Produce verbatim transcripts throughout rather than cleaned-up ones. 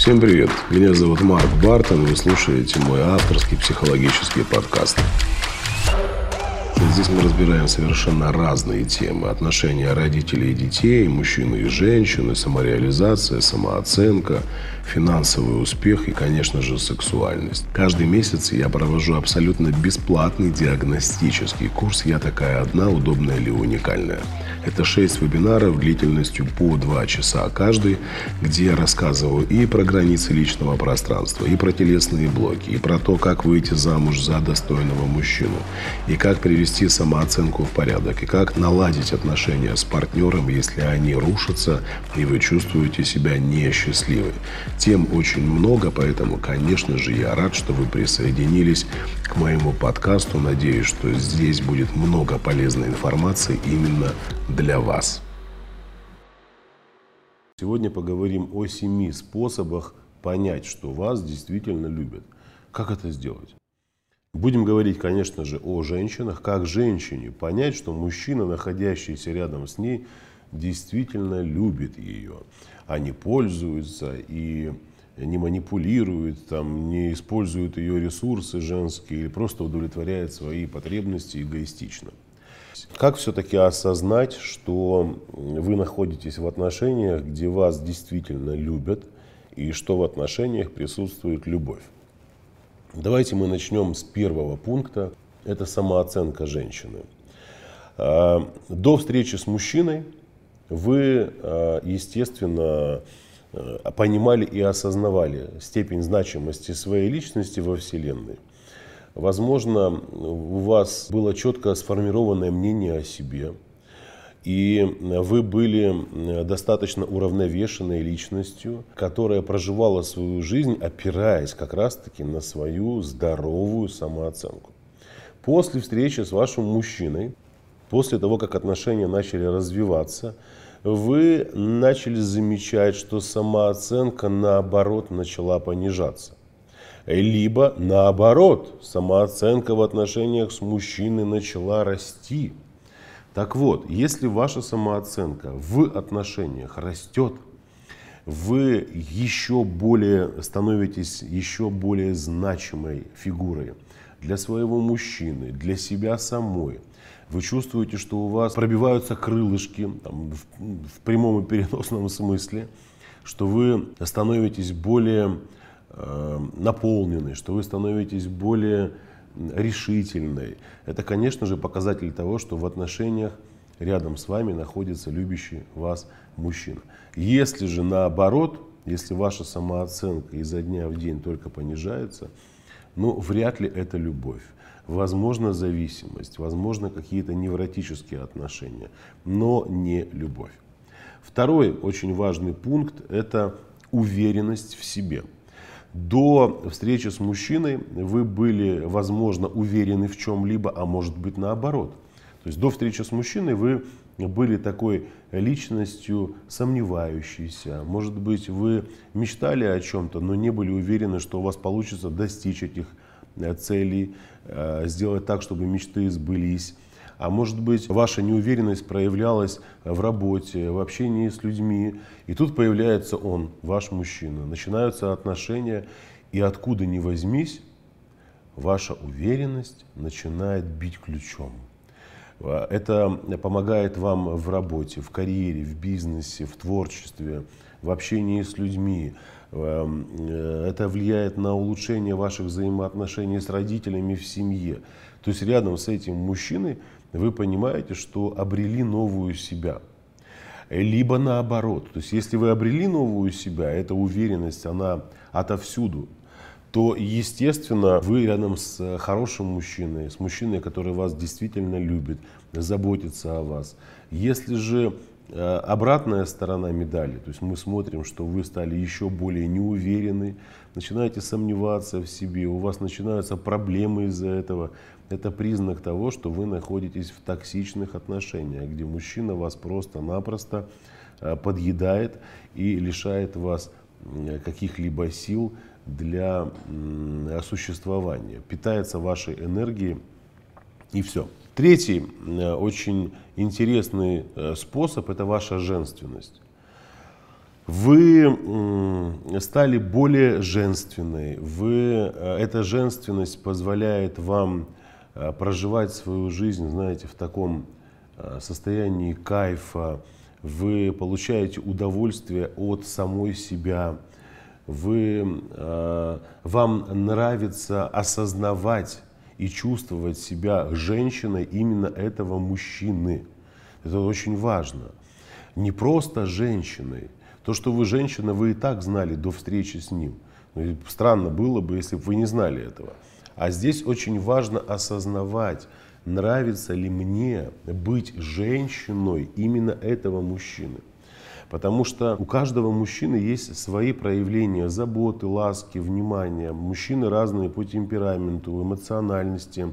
Всем привет, меня зовут Марк Бартон, вы слушаете мой авторский психологический подкаст. Здесь мы разбираем совершенно разные темы: отношения родителей и детей, мужчины и женщины, самореализация, самооценка, финансовый успех и, конечно же, сексуальность. Каждый месяц я провожу абсолютно бесплатный диагностический курс «Я такая одна, удобная или уникальная». Это шесть вебинаров длительностью по два часа каждый, где я рассказываю и про границы личного пространства, и про телесные блоки, и про то, как выйти замуж за достойного мужчину, и как привести самооценку в порядок, и как наладить отношения с партнером, если они рушатся, и вы чувствуете себя несчастливой. Тем очень много, поэтому, конечно же, я рад, что вы присоединились к моему подкасту. Надеюсь, что здесь будет много полезной информации именно для вас. Сегодня поговорим о семи способах понять, что вас действительно любят. Как это сделать? Будем говорить, конечно же, о женщинах. Как женщине понять, что мужчина, находящийся рядом с ней, действительно любит ее, а не пользуется и не манипулирует, там, не использует ее ресурсы женские или просто удовлетворяет свои потребности эгоистично. Как все-таки осознать, что вы находитесь в отношениях, где вас действительно любят, и что в отношениях присутствует любовь? Давайте мы начнем с первого пункта. Это самооценка женщины. До встречи с мужчиной вы, естественно, понимали и осознавали степень значимости своей личности во Вселенной. Возможно, у вас было четко сформированное мнение о себе, и вы были достаточно уравновешенной личностью, которая проживала свою жизнь, опираясь как раз-таки на свою здоровую самооценку. После встречи с вашим мужчиной, после того, как отношения начали развиваться, вы начали замечать, что самооценка, наоборот, начала понижаться. Либо, наоборот, самооценка в отношениях с мужчиной начала расти. Так вот, если ваша самооценка в отношениях растет, вы еще более становитесь еще более значимой фигурой для своего мужчины, для себя самой. Вы чувствуете, что у вас пробиваются крылышки, там, в, в прямом и переносном смысле, что вы становитесь более э, наполненной, что вы становитесь более решительной. Это, конечно же, показатель того, что в отношениях рядом с вами находится любящий вас мужчина. Если же наоборот, если ваша самооценка изо дня в день только понижается, ну, вряд ли это любовь. Возможно, зависимость, возможно, какие-то невротические отношения, но не любовь. Второй очень важный пункт – это уверенность в себе. До встречи с мужчиной вы были, возможно, уверены в чем-либо, а может быть наоборот. То есть до встречи с мужчиной вы были такой личностью сомневающейся. Может быть, вы мечтали о чем-то, но не были уверены, что у вас получится достичь этих целей, сделать так, чтобы мечты сбылись. А может быть, ваша неуверенность проявлялась в работе, в общении с людьми. И тут появляется он, ваш мужчина. Начинаются отношения, и откуда ни возьмись, ваша уверенность начинает бить ключом. Это помогает вам в работе, в карьере, в бизнесе, в творчестве, в общении с людьми. Это влияет на улучшение ваших взаимоотношений с родителями в семье. То есть рядом с этим мужчиной вы понимаете, что обрели новую себя. Либо наоборот. То есть если вы обрели новую себя, эта уверенность, она отовсюду, то, естественно, вы рядом с хорошим мужчиной, с мужчиной, который вас действительно любит, заботится о вас. Если же обратная сторона медали, то есть мы смотрим, что вы стали еще более неуверенны, начинаете сомневаться в себе, у вас начинаются проблемы из-за этого, это признак того, что вы находитесь в токсичных отношениях, где мужчина вас просто-напросто подъедает и лишает вас каких-либо сил для существования, питается вашей энергией и все. Третий очень интересный способ – это ваша женственность. Вы м, стали более женственной. Вы, э, эта женственность позволяет вам э, проживать свою жизнь, знаете, в таком э, состоянии кайфа. Вы получаете удовольствие от самой себя. Вы, э, вам нравится осознавать и чувствовать себя женщиной именно этого мужчины. Это очень важно. Не просто женщиной. То, что вы женщина, вы и так знали до встречи с ним. Ну, странно было бы, если бы вы не знали этого. А здесь очень важно осознавать, нравится ли мне быть женщиной именно этого мужчины. Потому что у каждого мужчины есть свои проявления заботы, ласки, внимания. Мужчины разные по темпераменту, эмоциональности,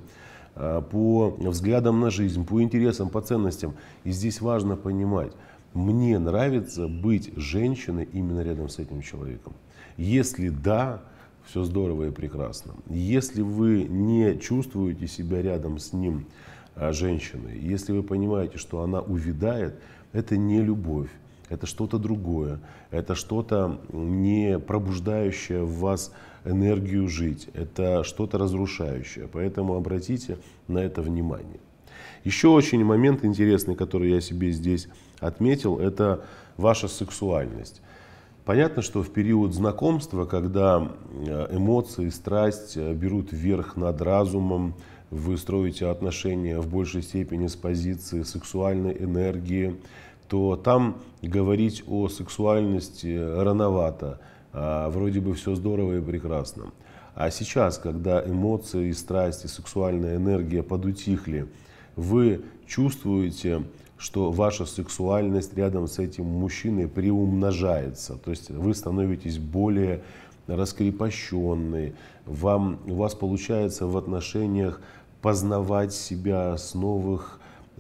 по взглядам на жизнь, по интересам, по ценностям. И здесь важно понимать, мне нравится быть женщиной именно рядом с этим человеком. Если да, все здорово и прекрасно. Если вы не чувствуете себя рядом с ним женщиной, если вы понимаете, что она увядает, это не любовь. Это что-то другое, это что-то не пробуждающее в вас энергию жить, это что-то разрушающее. Поэтому обратите на это внимание. Еще очень момент интересный, который я себе здесь отметил, это ваша сексуальность. Понятно, что в период знакомства, когда эмоции, страсть берут верх над разумом, вы строите отношения в большей степени с позиции сексуальной энергии, то там говорить о сексуальности рановато, а вроде бы все здорово и прекрасно. А сейчас, когда эмоции, страсти, сексуальная энергия подутихли, вы чувствуете, что ваша сексуальность рядом с этим мужчиной приумножается. То есть вы становитесь более раскрепощенной, вам, у вас получается в отношениях познавать себя с новых,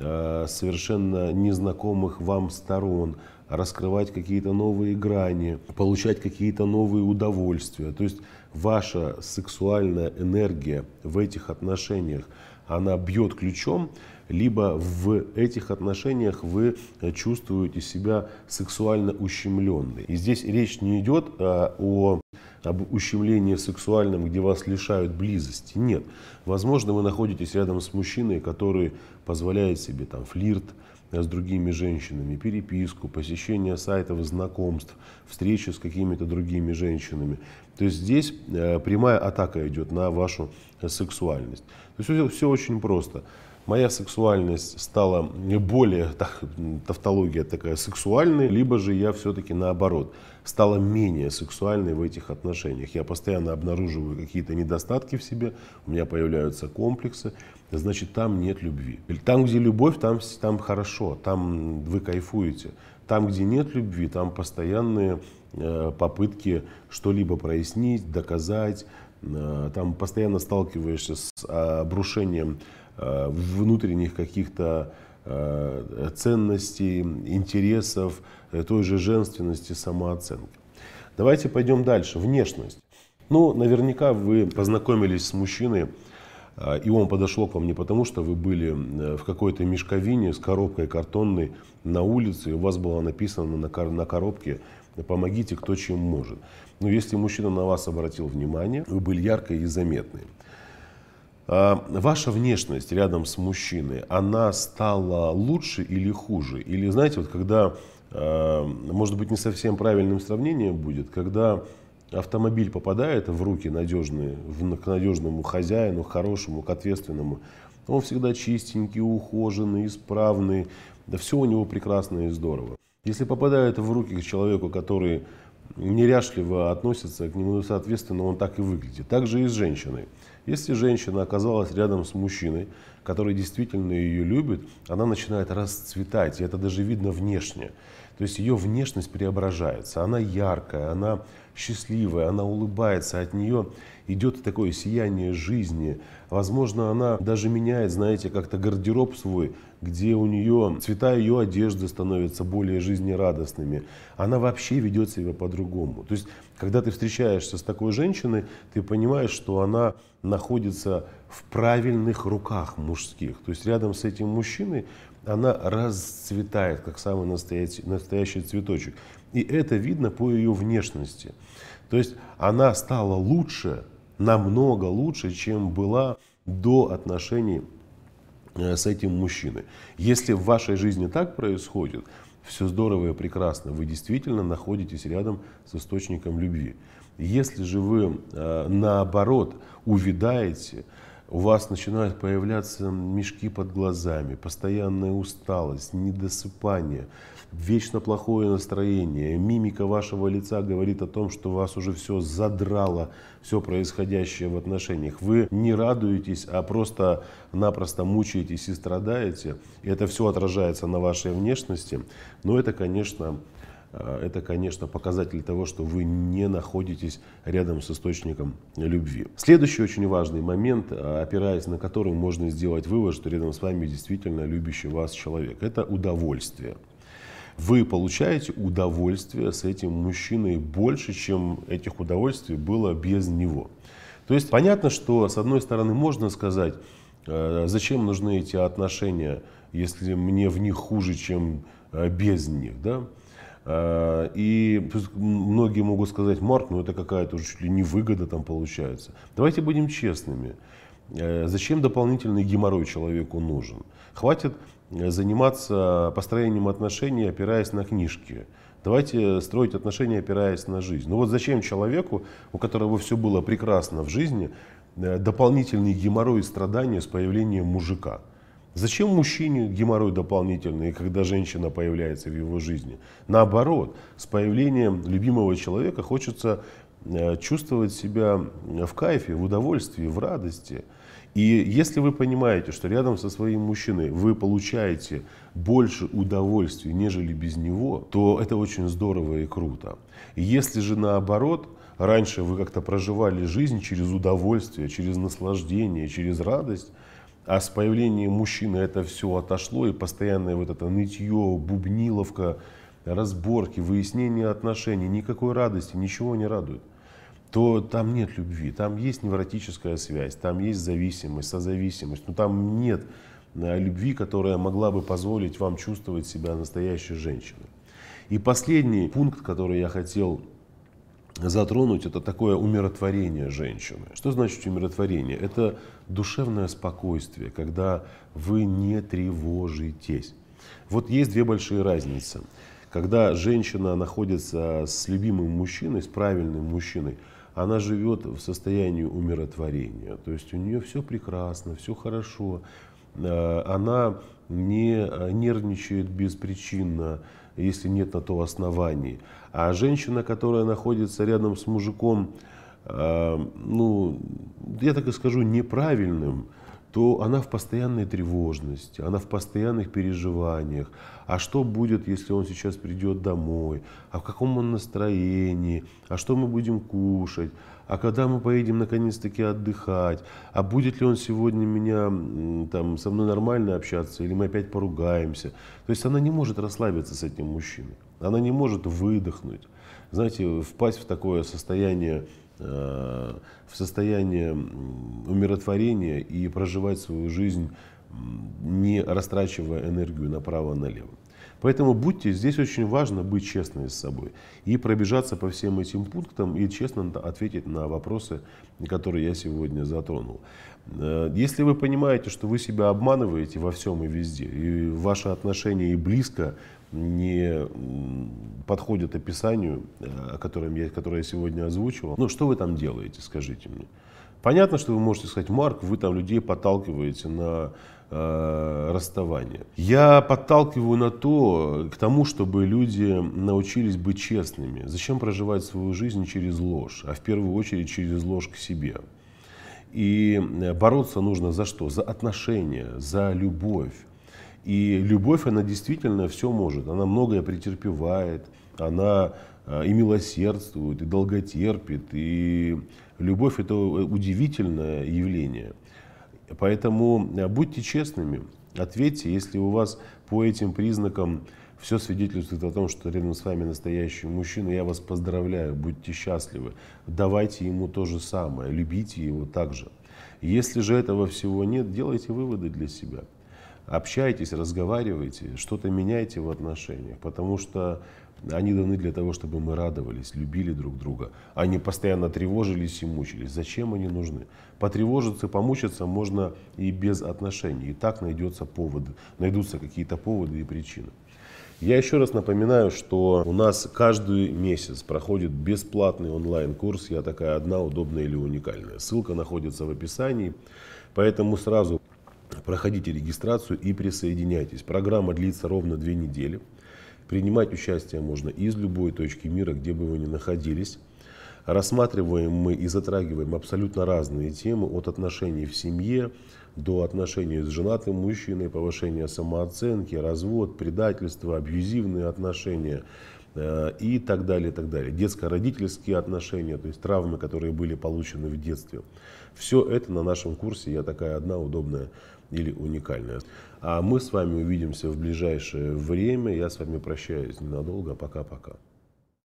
совершенно незнакомых вам сторон, раскрывать какие-то новые грани, получать какие-то новые удовольствия. То есть ваша сексуальная энергия в этих отношениях, она бьет ключом, либо в этих отношениях вы чувствуете себя сексуально ущемленной. И здесь речь не идет о об ущемлении сексуальном, где вас лишают близости. Нет. Возможно, вы находитесь рядом с мужчиной, который позволяет себе там флирт с другими женщинами, переписку, посещение сайтов знакомств, встречи с какими-то другими женщинами. То есть здесь прямая атака идет на вашу сексуальность. То есть все, все очень просто. Моя сексуальность стала более, так, тавтология такая, сексуальной, либо же я все-таки наоборот, стала менее сексуальной в этих отношениях. Я постоянно обнаруживаю какие-то недостатки в себе, у меня появляются комплексы, значит, там нет любви. Там, где любовь, там, там хорошо, там вы кайфуете. Там, где нет любви, там постоянные э, попытки что-либо прояснить, доказать, э, там постоянно сталкиваешься с обрушением внутренних каких-то ценностей, интересов, той же женственности, самооценки. Давайте пойдем дальше. Внешность. Ну, наверняка вы познакомились с мужчиной, и он подошел к вам не потому, что вы были в какой-то мешковине с коробкой картонной на улице, и у вас было написано на коробке «Помогите, кто чем может». Но если мужчина на вас обратил внимание, вы были яркой и заметной. Ваша внешность рядом с мужчиной, она стала лучше или хуже? Или, знаете, вот когда, может быть, не совсем правильным сравнением будет, когда автомобиль попадает в руки надежные, к надежному хозяину, хорошему, к ответственному, он всегда чистенький, ухоженный, исправный, да все у него прекрасно и здорово. Если попадает в руки к человеку, который неряшливо относится к нему, соответственно, он так и выглядит. Так же и с женщиной. Если женщина оказалась рядом с мужчиной, который действительно ее любит, она начинает расцветать, и это даже видно внешне. То есть ее внешность преображается, она яркая, она счастливая, она улыбается, от нее идет такое сияние жизни. Возможно, она даже меняет, знаете, как-то гардероб свой, где у нее цвета ее одежды становятся более жизнерадостными. Она вообще ведет себя по-другому. То есть, когда ты встречаешься с такой женщиной, ты понимаешь, что она находится в правильных руках мужских. То есть, рядом с этим мужчиной она расцветает, как самый настоящий, настоящий цветочек. И это видно по ее внешности. То есть она стала лучше, намного лучше, чем была до отношений с этим мужчиной. Если в вашей жизни так происходит, все здорово и прекрасно, вы действительно находитесь рядом с источником любви. Если же вы наоборот увядаете, у вас начинают появляться мешки под глазами, постоянная усталость, недосыпание, вечно плохое настроение, мимика вашего лица говорит о том, что вас уже все задрало, все происходящее в отношениях. Вы не радуетесь, а просто-напросто мучаетесь и страдаете. И это все отражается на вашей внешности. Но это, конечно, это, конечно, показатель того, что вы не находитесь рядом с источником любви. Следующий очень важный момент, опираясь на который можно сделать вывод, что рядом с вами действительно любящий вас человек, это удовольствие. Вы получаете удовольствие с этим мужчиной больше, чем этих удовольствий было без него. То есть понятно, что с одной стороны можно сказать, зачем нужны эти отношения, если мне в них хуже, чем без них, да? И многие могут сказать: Марк, ну это какая-то уже чуть ли не выгода там получается. Давайте будем честными. Зачем дополнительный геморрой человеку нужен? Хватит заниматься построением отношений, опираясь на книжки. Давайте строить отношения, опираясь на жизнь. Ну вот зачем человеку, у которого все было прекрасно в жизни, дополнительный геморрой и страдания с появлением мужика? Зачем мужчине геморрой дополнительный, когда женщина появляется в его жизни? Наоборот, с появлением любимого человека хочется чувствовать себя в кайфе, в удовольствии, в радости. И если вы понимаете, что рядом со своим мужчиной вы получаете больше удовольствия, нежели без него, то это очень здорово и круто. И если же наоборот, раньше вы как-то проживали жизнь через удовольствие, через наслаждение, через радость, а с появлением мужчины это все отошло, и постоянное вот это нытье, бубниловка, разборки, выяснение отношений, никакой радости, ничего не радует, то там нет любви, там есть невротическая связь, там есть зависимость, созависимость, но там нет любви, которая могла бы позволить вам чувствовать себя настоящей женщиной. И последний пункт, который я хотел затронуть, это такое умиротворение женщины. Что значит умиротворение? Это душевное спокойствие, когда вы не тревожитесь. Вот есть две большие разницы. Когда женщина находится с любимым мужчиной, с правильным мужчиной, она живет в состоянии умиротворения. То есть у нее все прекрасно, все хорошо. Она не нервничает беспричинно, если нет на то оснований. А женщина, которая находится рядом с мужиком, ну, я так и скажу, неправильным, то она в постоянной тревожности, она в постоянных переживаниях. А что будет, если он сейчас придет домой? А в каком он настроении? А что мы будем кушать? А когда мы поедем наконец-таки отдыхать? А будет ли он сегодня меня, там, со мной нормально общаться, или мы опять поругаемся? То есть она не может расслабиться с этим мужчиной. Она не может выдохнуть. Знаете, впасть в такое состояние, в состояние умиротворения и проживать свою жизнь, не растрачивая энергию направо-налево. Поэтому будьте, здесь очень важно быть честными с собой и пробежаться по всем этим пунктам и честно ответить на вопросы, которые я сегодня затронул. Если вы понимаете, что вы себя обманываете во всем и везде, и ваши отношения и близко не подходят описанию, о котором я, которое я сегодня озвучивал, ну что вы там делаете, скажите мне. Понятно, что вы можете сказать: Марк, вы там людей подталкиваете на э, расставание. Я подталкиваю на то, к тому, чтобы люди научились быть честными. Зачем проживать свою жизнь через ложь, а в первую очередь через ложь к себе. И бороться нужно за что? За отношения, за любовь. И любовь, она действительно все может, она многое претерпевает, она и милосердствует, и долготерпит, и любовь — это удивительное явление. Поэтому будьте честными, ответьте, если у вас по этим признакам все свидетельствует о том, что рядом с вами настоящий мужчина, я вас поздравляю, будьте счастливы, давайте ему то же самое, любите его так же. Если же этого всего нет, делайте выводы для себя. Общайтесь, разговаривайте, что-то меняйте в отношениях, потому что Они даны для того, чтобы мы радовались, любили друг друга, а не постоянно тревожились и мучились. Зачем они нужны? Потревожиться, помучиться можно и без отношений. И так найдется повод, найдутся какие-то поводы и причины. Я еще раз напоминаю, что у нас каждый месяц проходит бесплатный онлайн-курс «Я такая одна, удобная или уникальная». Ссылка находится в описании, поэтому сразу проходите регистрацию и присоединяйтесь. Программа длится ровно две недели. Принимать участие можно из любой точки мира, где бы вы ни находились. Рассматриваем мы и затрагиваем абсолютно разные темы, от отношений в семье до отношений с женатым мужчиной, повышения самооценки, развод, предательство, абьюзивные отношения э, и так далее, и так далее. Детско-родительские отношения, то есть травмы, которые были получены в детстве. Все это на нашем курсе «Я такая одна, удобная или уникальная». А мы с вами увидимся в ближайшее время. Я с вами прощаюсь ненадолго. Пока-пока.